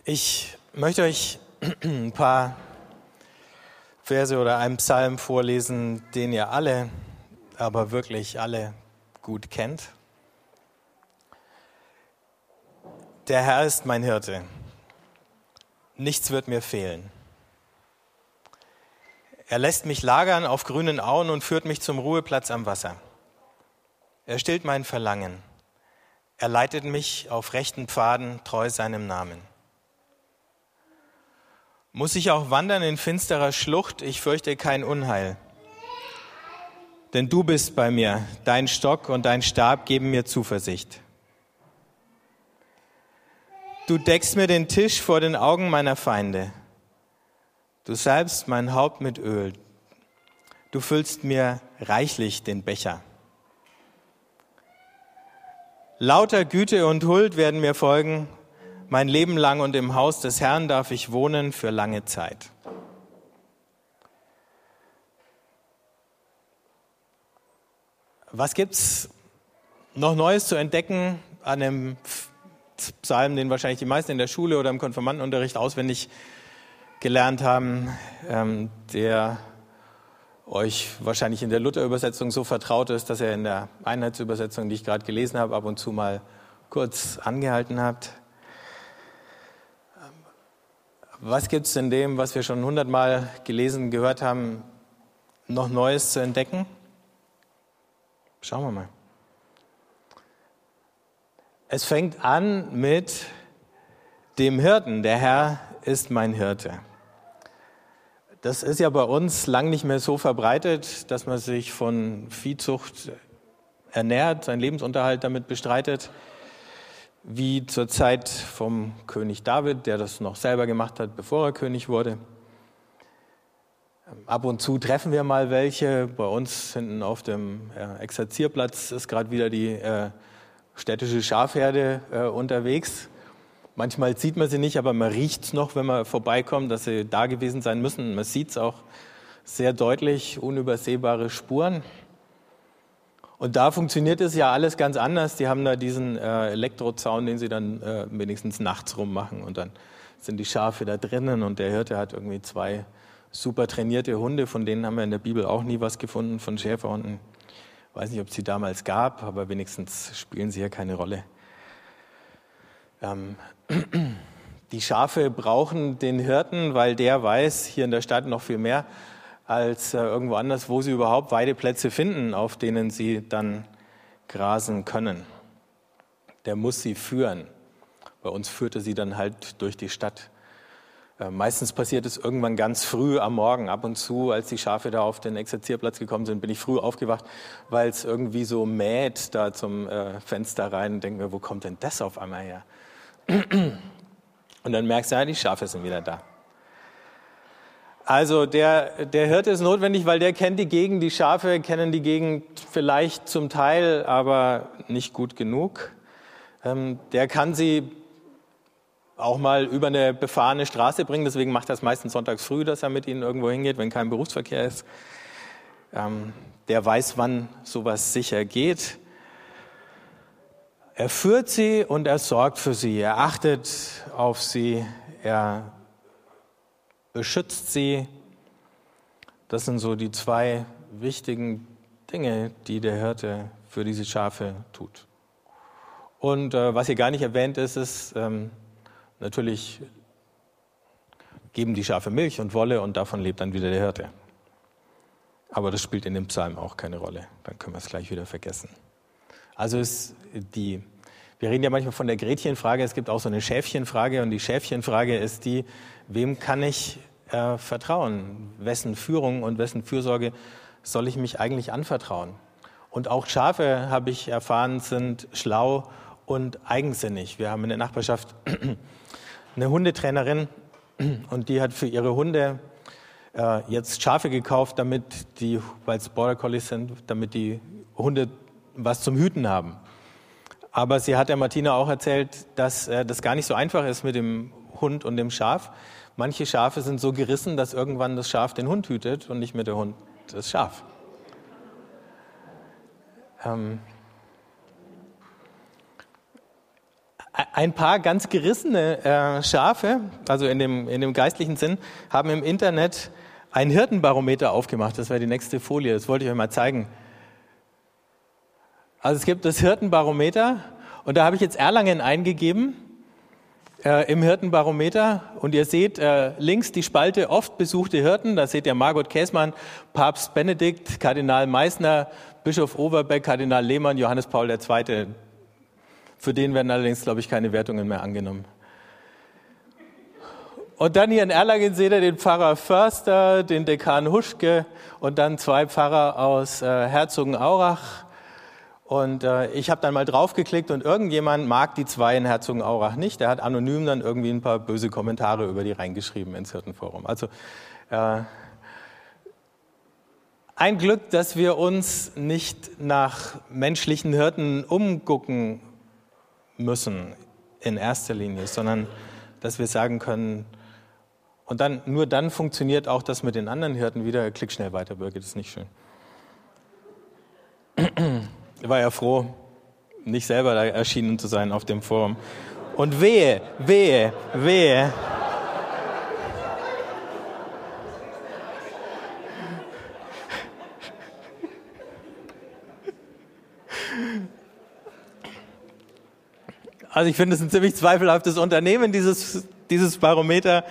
Ich möchte euch ein paar Verse oder einen Psalm vorlesen, den ihr alle, aber wirklich alle gut kennt. Der Herr ist mein Hirte, nichts wird mir fehlen. Er lässt mich lagern auf grünen Auen und führt mich zum Ruheplatz am Wasser. Er stillt mein Verlangen. Er leitet mich auf rechten Pfaden, treu seinem Namen. Muss ich auch wandern in finsterer Schlucht, ich fürchte kein Unheil. Denn du bist bei mir, dein Stock und dein Stab geben mir Zuversicht. Du deckst mir den Tisch vor den Augen meiner Feinde. Du salbst mein Haupt mit Öl. Du füllst mir reichlich den Becher. Lauter Güte und Huld werden mir folgen. Mein Leben lang und im Haus des Herrn darf ich wohnen für lange Zeit. Was gibt's noch Neues zu entdecken an dem Psalm, den wahrscheinlich die meisten in der Schule oder im Konfirmandenunterricht auswendig gelernt haben, der euch wahrscheinlich in der Luther-Übersetzung so vertraut ist, dass ihr in der Einheitsübersetzung, die ich gerade gelesen habe, ab und zu mal kurz angehalten habt. Was gibt es in dem, was wir schon 100-mal gelesen, gehört haben, noch Neues zu entdecken? Schauen wir mal. Es fängt an mit dem Hirten. Der Herr ist mein Hirte. Das ist ja bei uns lang nicht mehr so verbreitet, dass man sich von Viehzucht ernährt, seinen Lebensunterhalt damit bestreitet, wie zur Zeit vom König David, der das noch selber gemacht hat, bevor er König wurde. Ab und zu treffen wir mal welche. Bei uns hinten auf dem Exerzierplatz ist gerade wieder die städtische Schafherde unterwegs. Manchmal sieht man sie nicht, aber man riecht es noch, wenn man vorbeikommt, dass sie da gewesen sein müssen. Man sieht es auch sehr deutlich, unübersehbare Spuren. Und da funktioniert es ja alles ganz anders. Die haben da diesen Elektrozaun, den sie dann wenigstens nachts rummachen. Und dann sind die Schafe da drinnen und der Hirte hat irgendwie 2 super trainierte Hunde. Von denen haben wir in der Bibel auch nie was gefunden, von Schäferhunden. Ich weiß nicht, ob es sie damals gab, aber wenigstens spielen sie ja keine Rolle. Die Schafe brauchen den Hirten, weil der weiß, hier in der Stadt noch viel mehr als irgendwo anders, wo sie überhaupt Weideplätze finden, auf denen sie dann grasen können. Der muss sie führen. Bei uns führt er sie dann halt durch die Stadt. Meistens passiert es irgendwann ganz früh am Morgen. Ab und zu, als die Schafe da auf den Exerzierplatz gekommen sind, bin ich früh aufgewacht, weil es irgendwie so mäht da zum Fenster rein. Und denke mir, wo kommt denn das auf einmal her? Und dann merkst du, ja, die Schafe sind wieder da. Also der Hirte ist notwendig, weil der kennt die Gegend. Die Schafe kennen die Gegend vielleicht zum Teil, aber nicht gut genug. Der kann sie auch mal über eine befahrene Straße bringen. Deswegen macht er es meistens sonntags früh, dass er mit ihnen irgendwo hingeht, wenn kein Berufsverkehr ist. Der weiß, wann sowas sicher geht. Er führt sie und er sorgt für sie. Er achtet auf sie. Er beschützt sie. Das sind so die 2 wichtigen Dinge, die der Hirte für diese Schafe tut. Und was hier gar nicht erwähnt ist, natürlich geben die Schafe Milch und Wolle und davon lebt dann wieder der Hirte. Aber das spielt in dem Psalm auch keine Rolle. Dann können wir es gleich wieder vergessen. Also wir reden ja manchmal von der Gretchenfrage, es gibt auch so eine Schäfchenfrage und die Schäfchenfrage ist die, wem kann ich vertrauen? Wessen Führung und wessen Fürsorge soll ich mich eigentlich anvertrauen? Und auch Schafe, habe ich erfahren, sind schlau und eigensinnig. Wir haben in der Nachbarschaft eine Hundetrainerin und die hat für ihre Hunde jetzt Schafe gekauft, weil es Border Collies sind, damit die Hunde was zum Hüten haben. Aber sie hat der Martina auch erzählt, dass das gar nicht so einfach ist mit dem Hund und dem Schaf. Manche Schafe sind so gerissen, dass irgendwann das Schaf den Hund hütet und nicht mehr der Hund das Schaf. Ein paar ganz gerissene Schafe, also in dem geistlichen Sinn, haben im Internet ein Hirtenbarometer aufgemacht. Das wäre die nächste Folie, das wollte ich euch mal zeigen. Also es gibt das Hirtenbarometer und da habe ich jetzt Erlangen eingegeben im Hirtenbarometer und ihr seht links die Spalte oft besuchte Hirten, da seht ihr Margot Käßmann, Papst Benedikt, Kardinal Meissner, Bischof Overbeck, Kardinal Lehmann, Johannes Paul II. Für den werden allerdings, glaube ich, keine Wertungen mehr angenommen. Und dann hier in Erlangen seht ihr den Pfarrer Förster, den Dekan Huschke und dann 2 Pfarrer aus Herzogenaurach. Und ich habe dann mal draufgeklickt und irgendjemand mag die 2 in Herzogenaurach nicht. Der hat anonym dann irgendwie ein paar böse Kommentare über die reingeschrieben ins Hirtenforum. Also ein Glück, dass wir uns nicht nach menschlichen Hirten umgucken müssen in erster Linie, sondern dass wir sagen können, und dann nur dann funktioniert auch das mit den anderen Hirten wieder. Klick schnell weiter, Birgit, das ist nicht schön. Ich war ja froh, nicht selber da erschienen zu sein auf dem Forum. Und wehe. Also ich finde es ein ziemlich zweifelhaftes Unternehmen, dieses Barometer.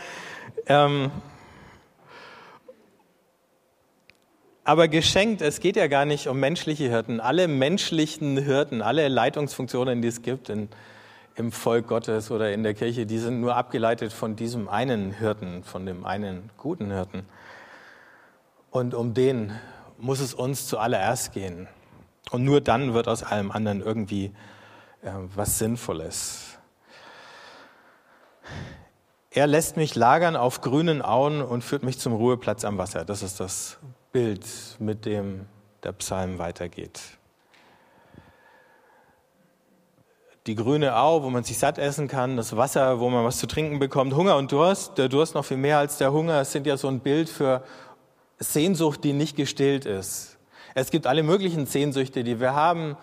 Aber geschenkt, es geht ja gar nicht um menschliche Hirten. Alle menschlichen Hirten, alle Leitungsfunktionen, die es gibt im Volk Gottes oder in der Kirche, die sind nur abgeleitet von diesem einen Hirten, von dem einen guten Hirten. Und um den muss es uns zuallererst gehen. Und nur dann wird aus allem anderen irgendwie was Sinnvolles. Er lässt mich lagern auf grünen Auen und führt mich zum Ruheplatz am Wasser. Das ist das Bild, mit dem der Psalm weitergeht. Die grüne Au, wo man sich satt essen kann, das Wasser, wo man was zu trinken bekommt, Hunger und Durst. Der Durst noch viel mehr als der Hunger, sind ja so ein Bild für Sehnsucht, die nicht gestillt ist. Es gibt alle möglichen Sehnsüchte, die wir haben.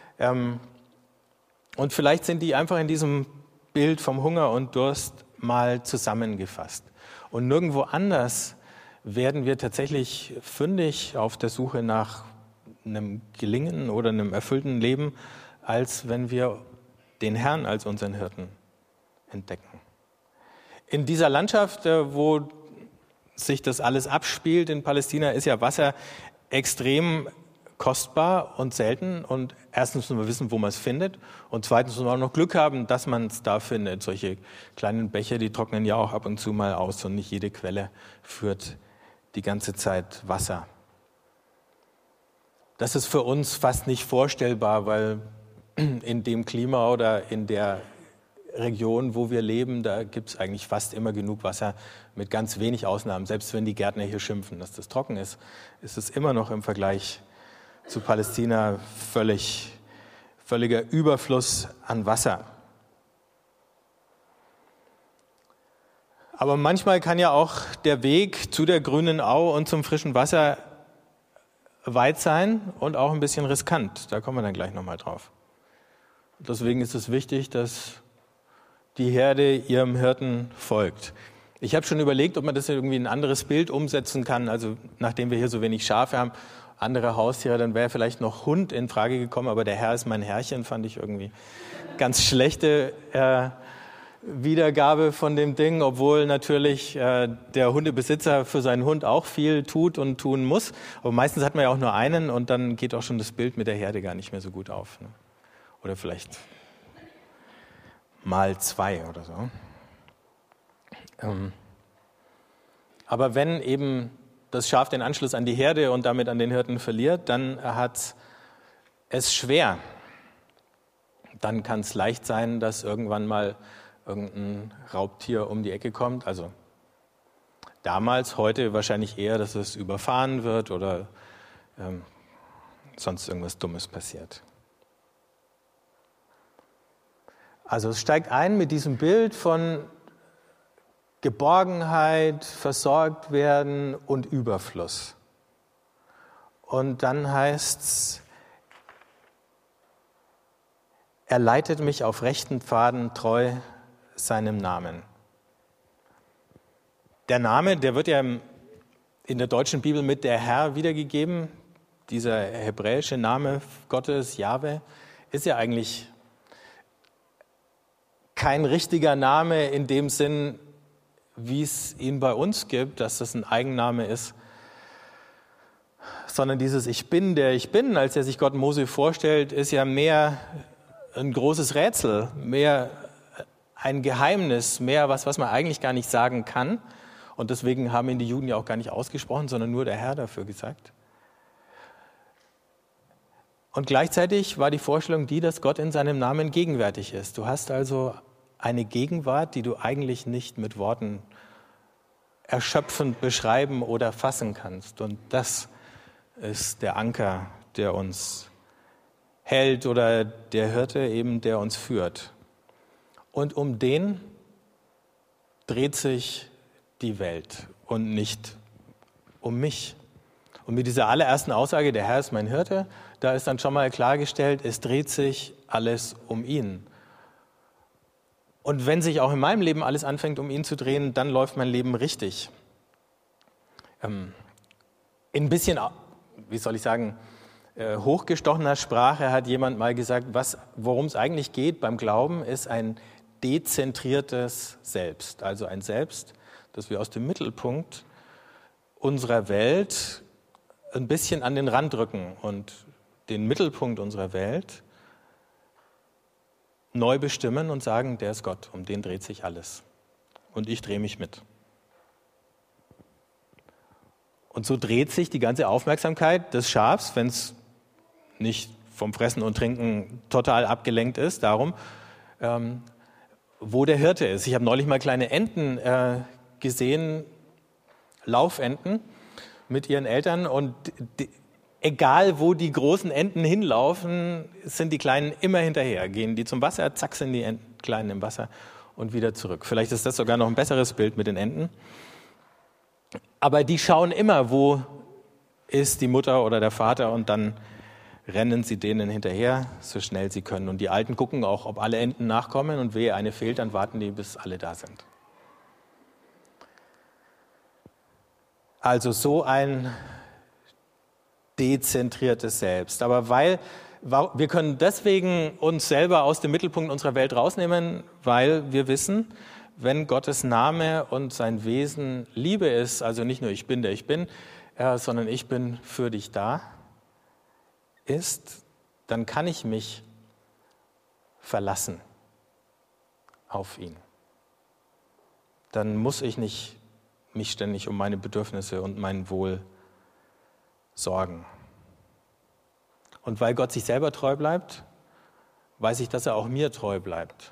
Und vielleicht sind die einfach in diesem Bild vom Hunger und Durst mal zusammengefasst. Und nirgendwo anders werden wir tatsächlich fündig auf der Suche nach einem gelingenden oder einem erfüllten Leben, als wenn wir den Herrn als unseren Hirten entdecken. In dieser Landschaft, wo sich das alles abspielt in Palästina, ist ja Wasser extrem kostbar und selten. Und erstens müssen wir wissen, wo man es findet. Und zweitens müssen wir auch noch Glück haben, dass man es da findet. Solche kleinen Becher, die trocknen ja auch ab und zu mal aus und nicht jede Quelle führt die ganze Zeit Wasser. Das ist für uns fast nicht vorstellbar, weil in dem Klima oder in der Region, wo wir leben, da gibt es eigentlich fast immer genug Wasser, mit ganz wenig Ausnahmen. Selbst wenn die Gärtner hier schimpfen, dass das trocken ist, ist es immer noch im Vergleich zu Palästina völliger Überfluss an Wasser. Aber manchmal kann ja auch der Weg zu der grünen Au und zum frischen Wasser weit sein und auch ein bisschen riskant. Da kommen wir dann gleich nochmal drauf. Deswegen ist es wichtig, dass die Herde ihrem Hirten folgt. Ich habe schon überlegt, ob man das irgendwie in ein anderes Bild umsetzen kann. Also nachdem wir hier so wenig Schafe haben, andere Haustiere, dann wäre vielleicht noch Hund in Frage gekommen. Aber der Herr ist mein Herrchen, fand ich irgendwie ganz schlechte Wiedergabe von dem Ding, obwohl natürlich der Hundebesitzer für seinen Hund auch viel tut und tun muss. Aber meistens hat man ja auch nur einen und dann geht auch schon das Bild mit der Herde gar nicht mehr so gut auf. Ne? Oder vielleicht mal 2 oder so. Aber wenn eben das Schaf den Anschluss an die Herde und damit an den Hirten verliert, dann hat es schwer. Dann kann es leicht sein, dass irgendwann mal irgendein Raubtier um die Ecke kommt. Also damals, heute wahrscheinlich eher, dass es überfahren wird oder sonst irgendwas Dummes passiert. Also es steigt ein mit diesem Bild von Geborgenheit, versorgt werden und Überfluss. Und dann heißt es, Er leitet mich auf rechten Pfaden treu seinem Namen. Der Name, der wird ja in der deutschen Bibel mit der Herr wiedergegeben. Dieser hebräische Name Gottes, Jahwe, ist ja eigentlich kein richtiger Name in dem Sinn, wie es ihn bei uns gibt, dass das ein Eigenname ist, sondern dieses Ich bin, der ich bin, als er sich Gott Mose vorstellt, ist ja mehr ein großes Rätsel, mehr ein Geheimnis, mehr was man eigentlich gar nicht sagen kann. Und deswegen haben ihn die Juden ja auch gar nicht ausgesprochen, sondern nur der Herr dafür gesagt. Und gleichzeitig war die Vorstellung die, dass Gott in seinem Namen gegenwärtig ist. Du hast also eine Gegenwart, die du eigentlich nicht mit Worten erschöpfend beschreiben oder fassen kannst. Und das ist der Anker, der uns hält oder der Hirte eben, der uns führt. Und um den dreht sich die Welt und nicht um mich. Und mit dieser allerersten Aussage, der Herr ist mein Hirte, da ist dann schon mal klargestellt, es dreht sich alles um ihn. Und wenn sich auch in meinem Leben alles anfängt, um ihn zu drehen, dann läuft mein Leben richtig. In ein bisschen, wie soll ich sagen, hochgestochener Sprache hat jemand mal gesagt, worum es eigentlich geht beim Glauben, ist ein dezentriertes Selbst. Also ein Selbst, das wir aus dem Mittelpunkt unserer Welt ein bisschen an den Rand rücken und den Mittelpunkt unserer Welt neu bestimmen und sagen, der ist Gott, um den dreht sich alles. Und ich drehe mich mit. Und so dreht sich die ganze Aufmerksamkeit des Schafs, wenn es nicht vom Fressen und Trinken total abgelenkt ist, darum, wo der Hirte ist. Ich habe neulich mal kleine Enten gesehen, Laufenten mit ihren Eltern und egal wo die großen Enten hinlaufen, sind die Kleinen immer hinterher. Gehen die zum Wasser, zack sind die Kleinen im Wasser und wieder zurück. Vielleicht ist das sogar noch ein besseres Bild mit den Enten. Aber die schauen immer, wo ist die Mutter oder der Vater und dann rennen sie denen hinterher, so schnell sie können. Und die Alten gucken auch, ob alle Enten nachkommen und wehe eine fehlt, dann warten die, bis alle da sind. Also so ein dezentriertes Selbst. Aber wir können deswegen uns selber aus dem Mittelpunkt unserer Welt rausnehmen, weil wir wissen, wenn Gottes Name und sein Wesen Liebe ist, also nicht nur ich bin, der ich bin, sondern ich bin für dich da, ist, dann kann ich mich verlassen auf ihn. Dann muss ich nicht mich ständig um meine Bedürfnisse und mein Wohl sorgen. Und weil Gott sich selber treu bleibt, weiß ich, dass er auch mir treu bleibt.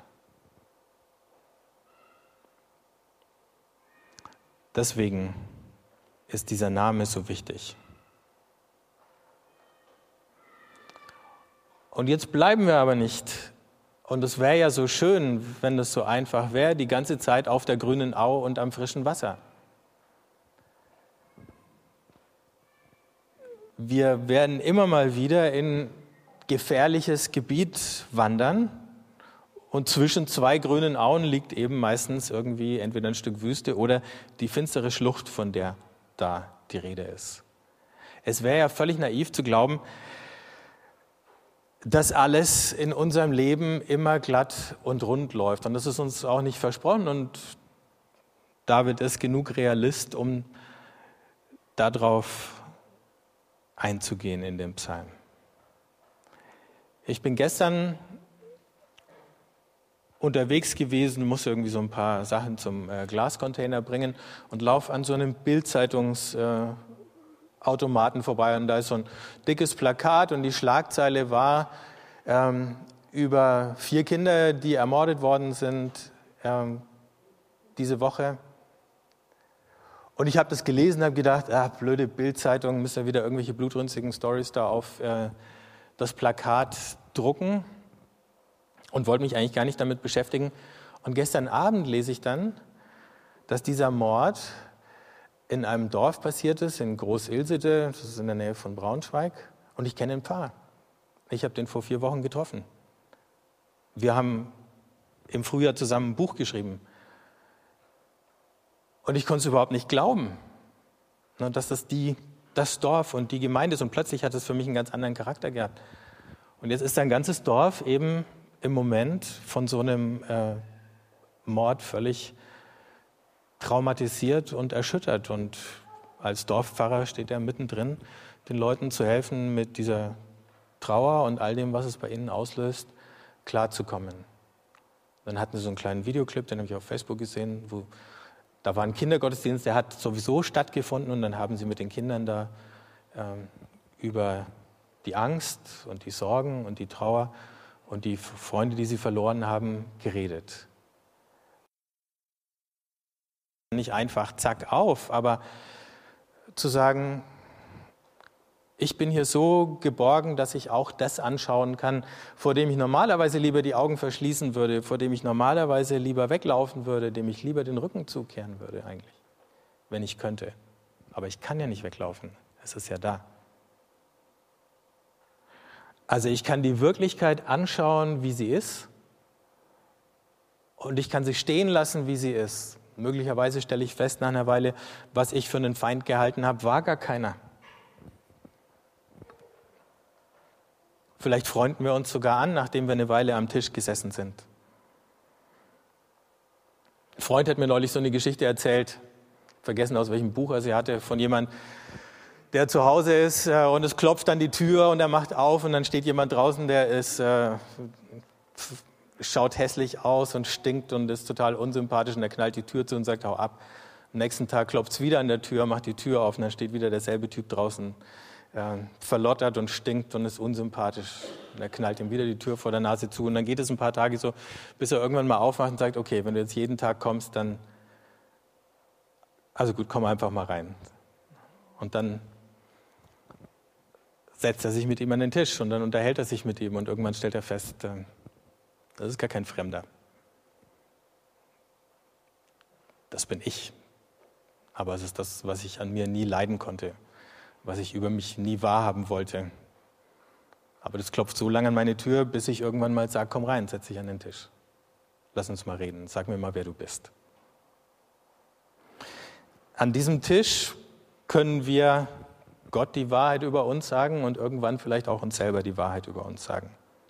Deswegen ist dieser Name so wichtig. Und jetzt bleiben wir aber nicht. Und es wäre ja so schön, wenn das so einfach wäre, die ganze Zeit auf der grünen Au und am frischen Wasser. Wir werden immer mal wieder in gefährliches Gebiet wandern und zwischen zwei grünen Auen liegt eben meistens irgendwie entweder ein Stück Wüste oder die finstere Schlucht, von der da die Rede ist. Es wäre ja völlig naiv zu glauben, dass alles in unserem Leben immer glatt und rund läuft. Und das ist uns auch nicht versprochen. Und David ist genug Realist, um darauf einzugehen in dem Psalm. Ich bin gestern unterwegs gewesen, muss irgendwie so ein paar Sachen zum Glascontainer bringen und laufe an so einem Bildzeitungsautomaten vorbei und da ist so ein dickes Plakat und die Schlagzeile war über 4 Kinder, die ermordet worden sind diese Woche. Und ich habe das gelesen und habe gedacht, blöde Bildzeitung, müssen ja wieder irgendwelche blutrünstigen Storys da auf das Plakat drucken und wollte mich eigentlich gar nicht damit beschäftigen. Und gestern Abend lese ich dann, dass dieser Mord in einem Dorf passiert ist, in Groß-Ilsede, das ist in der Nähe von Braunschweig, und ich kenne den Pfarrer. Ich habe den vor 4 Wochen getroffen. Wir haben im Frühjahr zusammen ein Buch geschrieben. Und ich konnte es überhaupt nicht glauben, dass das Dorf und die Gemeinde ist. Und plötzlich hat es für mich einen ganz anderen Charakter gehabt. Und jetzt ist ein ganzes Dorf eben im Moment von so einem Mord völlig traumatisiert und erschüttert. Und als Dorfpfarrer steht er mittendrin, den Leuten zu helfen, mit dieser Trauer und all dem, was es bei ihnen auslöst, klarzukommen. Dann hatten sie so einen kleinen Videoclip, den habe ich auf Facebook gesehen, da war ein Kindergottesdienst, der hat sowieso stattgefunden und dann haben sie mit den Kindern da über die Angst und die Sorgen und die Trauer und die Freunde, die sie verloren haben, geredet. Nicht einfach zack auf, aber zu sagen, ich bin hier so geborgen, dass ich auch das anschauen kann, vor dem ich normalerweise lieber die Augen verschließen würde, vor dem ich normalerweise lieber weglaufen würde, dem ich lieber den Rücken zukehren würde eigentlich, wenn ich könnte. Aber ich kann ja nicht weglaufen, es ist ja da. Also ich kann die Wirklichkeit anschauen, wie sie ist, und ich kann sie stehen lassen, wie sie ist. Möglicherweise stelle ich fest nach einer Weile, was ich für einen Feind gehalten habe, war gar keiner. Vielleicht freunden wir uns sogar an, nachdem wir eine Weile am Tisch gesessen sind. Ein Freund hat mir neulich so eine Geschichte erzählt, vergessen aus welchem Buch er sie hatte, von jemandem, der zu Hause ist und es klopft an die Tür und er macht auf und dann steht jemand draußen, der ist, schaut hässlich aus und stinkt und ist total unsympathisch und er knallt die Tür zu und sagt, hau ab. Am nächsten Tag klopft es wieder an der Tür, macht die Tür auf und dann steht wieder derselbe Typ draußen, verlottert und stinkt und ist unsympathisch. Und er knallt ihm wieder die Tür vor der Nase zu und dann geht es ein paar Tage so, bis er irgendwann mal aufmacht und sagt, okay, wenn du jetzt jeden Tag kommst, dann, also gut, komm einfach mal rein. Und dann setzt er sich mit ihm an den Tisch und dann unterhält er sich mit ihm und irgendwann stellt er fest, das ist gar kein Fremder. Das bin ich. Aber es ist das, was ich an mir nie leiden konnte, was ich über mich nie wahrhaben wollte. Aber das klopft so lange an meine Tür, bis ich irgendwann mal sage, komm rein, setz dich an den Tisch. Lass uns mal reden, sag mir mal, wer du bist. An diesem Tisch können wir Gott die Wahrheit über uns sagen und irgendwann vielleicht auch uns selber die Wahrheit über uns sagen.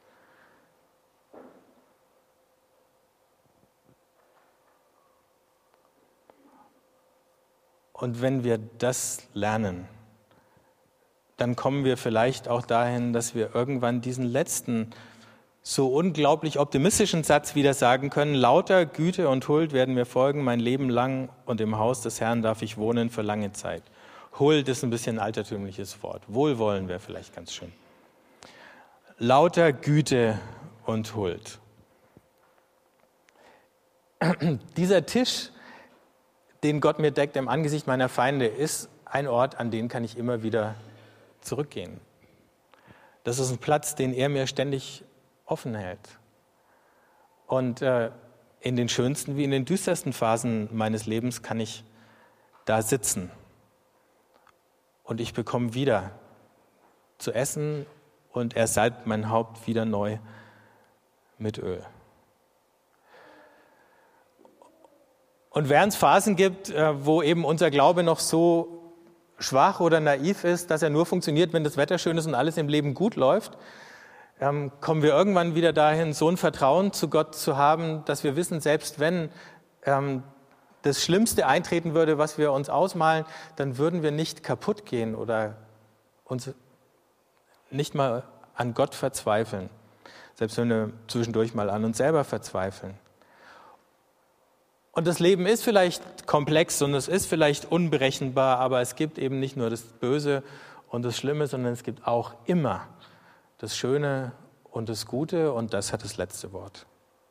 Und wenn wir das lernen, dann kommen wir vielleicht auch dahin, dass wir irgendwann diesen letzten, so unglaublich optimistischen Satz wieder sagen können, lauter Güte und Huld werden mir folgen mein Leben lang und im Haus des Herrn darf ich wohnen für lange Zeit. Huld ist ein bisschen ein altertümliches Wort. Wohlwollen wäre vielleicht ganz schön. Lauter Güte und Huld. Dieser Tisch, den Gott mir deckt im Angesicht meiner Feinde, ist ein Ort, an den kann ich immer wieder zurückgehen. Das ist ein Platz, den er mir ständig offen hält. Und in den schönsten wie in den düstersten Phasen meines Lebens kann ich da sitzen. Und ich bekomme wieder zu essen und er salbt mein Haupt wieder neu mit Öl. Und während es Phasen gibt, wo eben unser Glaube noch so schwach oder naiv ist, dass er nur funktioniert, wenn das Wetter schön ist und alles im Leben gut läuft, kommen wir irgendwann wieder dahin, so ein Vertrauen zu Gott zu haben, dass wir wissen, selbst wenn das Schlimmste eintreten würde, was wir uns ausmalen, dann würden wir nicht kaputt gehen oder uns nicht mal an Gott verzweifeln, selbst wenn wir zwischendurch mal an uns selber verzweifeln. Und das Leben ist vielleicht komplex und es ist vielleicht unberechenbar, aber es gibt eben nicht nur das Böse und das Schlimme, sondern es gibt auch immer das Schöne und das Gute und das hat das letzte Wort.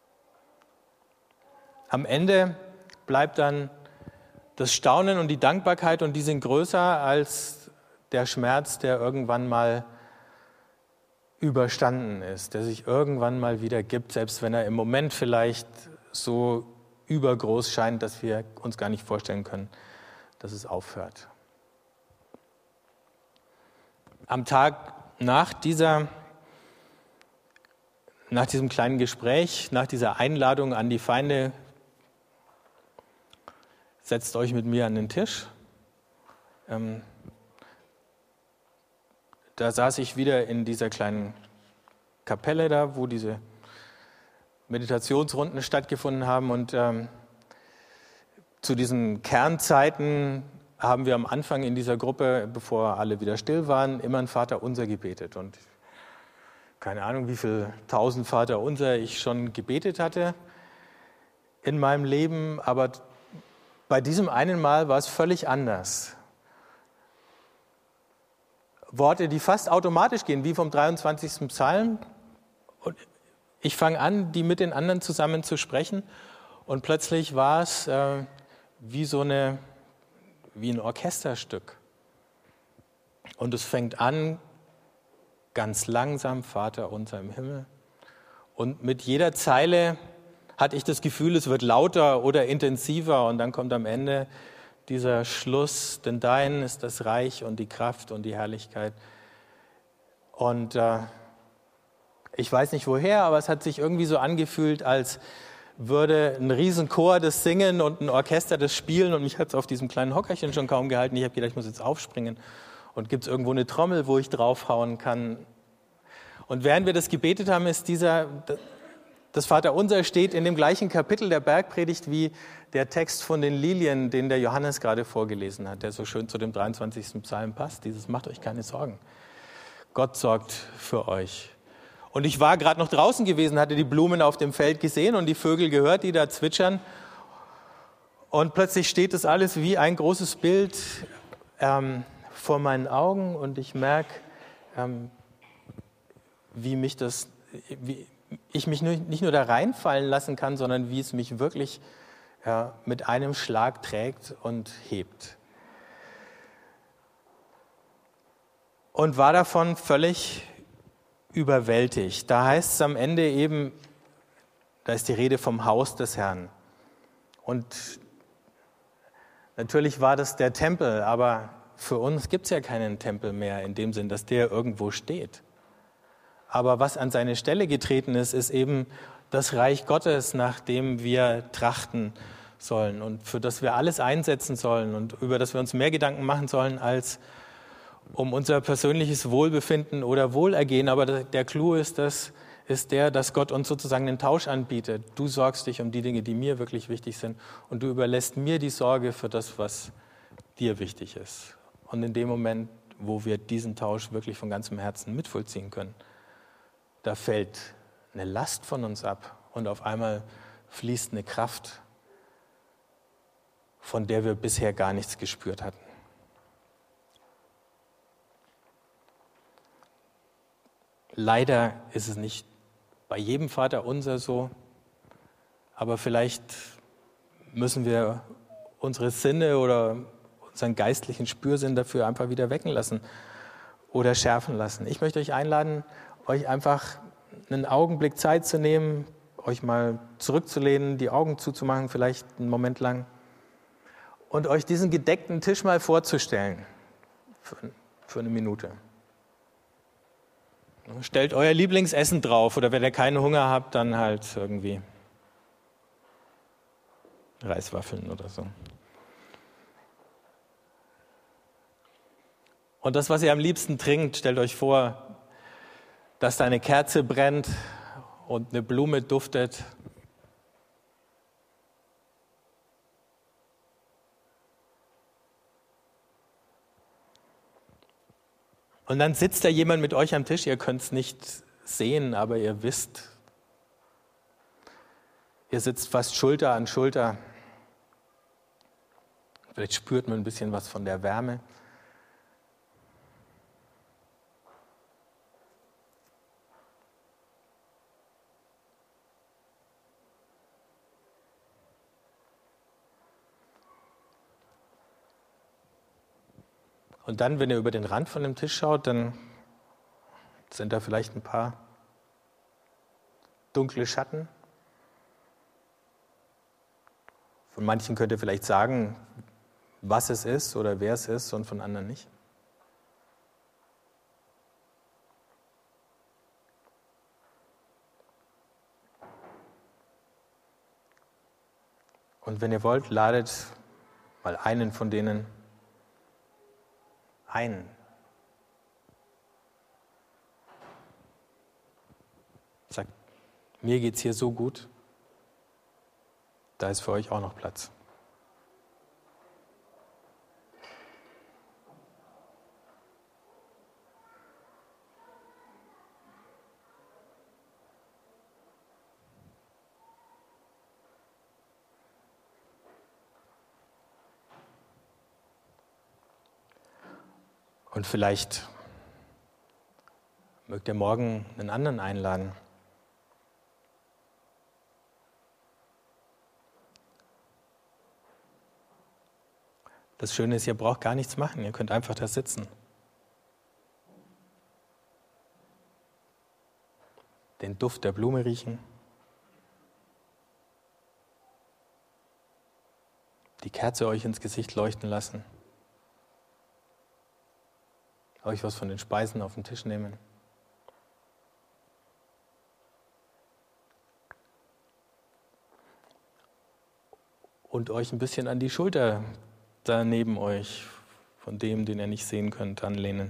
Am Ende bleibt dann das Staunen und die Dankbarkeit und die sind größer als der Schmerz, der irgendwann mal überstanden ist, der sich irgendwann mal wieder gibt, selbst wenn er im Moment vielleicht so übergroß scheint, dass wir uns gar nicht vorstellen können, dass es aufhört. Am Tag nach nach diesem kleinen Gespräch, nach dieser Einladung an die Feinde, setzt euch mit mir an den Tisch. Da saß ich wieder in dieser kleinen Kapelle da, wo diese Meditationsrunden stattgefunden haben. Und zu diesen Kernzeiten haben wir am Anfang in dieser Gruppe, bevor alle wieder still waren, immer ein Vaterunser gebetet. Und keine Ahnung, wie viel 1000 Vaterunser ich schon gebetet hatte in meinem Leben. Aber bei diesem einen Mal war es völlig anders. Worte, die fast automatisch gehen, wie vom 23. Psalm. Und ich fange an, die mit den anderen zusammen zu sprechen. Und plötzlich war es wie ein Orchesterstück. Und es fängt an, ganz langsam, Vater unser im Himmel. Und mit jeder Zeile hatte ich das Gefühl, es wird lauter oder intensiver. Und dann kommt am Ende dieser Schluss, denn dein ist das Reich und die Kraft und die Herrlichkeit. Und ich weiß nicht woher, aber es hat sich irgendwie so angefühlt, als würde ein Riesenchor das singen und ein Orchester das spielen. Und mich hat es auf diesem kleinen Hockerchen schon kaum gehalten. Ich habe gedacht, ich muss jetzt aufspringen. Und gibt es irgendwo eine Trommel, wo ich draufhauen kann? Und während wir das gebetet haben, ist das Vaterunser steht in dem gleichen Kapitel der Bergpredigt wie der Text von den Lilien, den der Johannes gerade vorgelesen hat, der so schön zu dem 23. Psalm passt. Dieses macht euch keine Sorgen. Gott sorgt für euch. Und ich war gerade noch draußen gewesen, hatte die Blumen auf dem Feld gesehen und die Vögel gehört, die da zwitschern. Und plötzlich steht das alles wie ein großes Bild vor meinen Augen und ich merke, wie ich mich nicht nur da reinfallen lassen kann, sondern wie es mich wirklich mit einem Schlag trägt und hebt. Und war davon völlig überwältigt. Da heißt es am Ende eben, da ist die Rede vom Haus des Herrn. Und natürlich war das der Tempel, aber für uns gibt es ja keinen Tempel mehr in dem Sinn, dass der irgendwo steht. Aber was an seine Stelle getreten ist, ist eben das Reich Gottes, nach dem wir trachten sollen und für das wir alles einsetzen sollen und über das wir uns mehr Gedanken machen sollen als um unser persönliches Wohlbefinden oder Wohlergehen. Aber der Clou ist der, dass Gott uns sozusagen einen Tausch anbietet. Du sorgst dich um die Dinge, die mir wirklich wichtig sind und du überlässt mir die Sorge für das, was dir wichtig ist. Und in dem Moment, wo wir diesen Tausch wirklich von ganzem Herzen mitvollziehen können, da fällt eine Last von uns ab und auf einmal fließt eine Kraft, von der wir bisher gar nichts gespürt hatten. Leider ist es nicht bei jedem Vaterunser so, aber vielleicht müssen wir unsere Sinne oder unseren geistlichen Spürsinn dafür einfach wieder wecken lassen oder schärfen lassen. Ich möchte euch einladen, euch einfach einen Augenblick Zeit zu nehmen, euch mal zurückzulehnen, die Augen zuzumachen, vielleicht einen Moment lang, und euch diesen gedeckten Tisch mal vorzustellen für eine Minute. Stellt euer Lieblingsessen drauf oder wenn ihr keinen Hunger habt, dann halt irgendwie Reiswaffeln oder so. Und das, was ihr am liebsten trinkt, stellt euch vor, dass da eine Kerze brennt und eine Blume duftet. Und dann sitzt da jemand mit euch am Tisch, ihr könnt es nicht sehen, aber ihr wisst, ihr sitzt fast Schulter an Schulter. Vielleicht spürt man ein bisschen was von der Wärme. Und dann, wenn ihr über den Rand von dem Tisch schaut, dann sind da vielleicht ein paar dunkle Schatten. Von manchen könnt ihr vielleicht sagen, was es ist oder wer es ist, und von anderen nicht. Und wenn ihr wollt, ladet mal einen von denen ein. Sagt, mir geht's hier so gut, da ist für euch auch noch Platz. Und vielleicht mögt ihr morgen einen anderen einladen. Das Schöne ist, ihr braucht gar nichts machen, ihr könnt einfach da sitzen. Den Duft der Blume riechen. Die Kerze euch ins Gesicht leuchten lassen. Euch was von den Speisen auf den Tisch nehmen. Und euch ein bisschen an die Schulter da neben euch, von dem, den ihr nicht sehen könnt, anlehnen.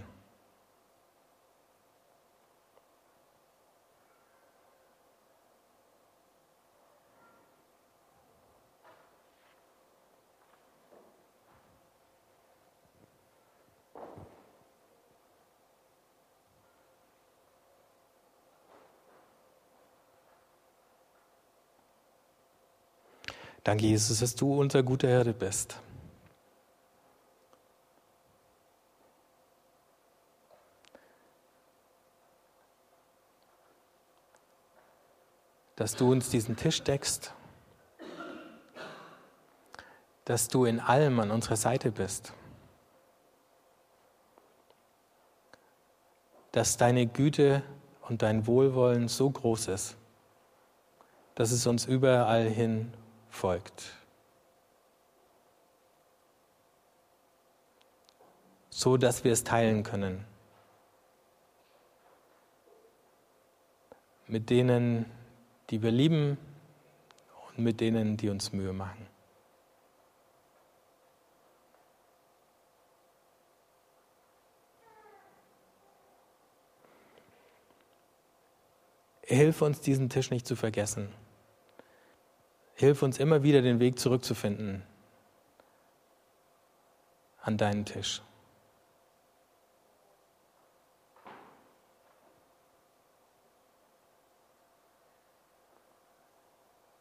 Danke, Jesus, dass du unser guter Hirte bist. Dass du uns diesen Tisch deckst. Dass du in allem an unserer Seite bist. Dass deine Güte und dein Wohlwollen so groß ist, dass es uns überall hin folgt. So, dass wir es teilen können. Mit denen, die wir lieben und mit denen, die uns Mühe machen. Hilf uns, diesen Tisch nicht zu vergessen. Hilf uns immer wieder, den Weg zurückzufinden an deinen Tisch.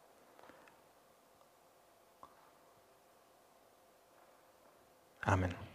Amen.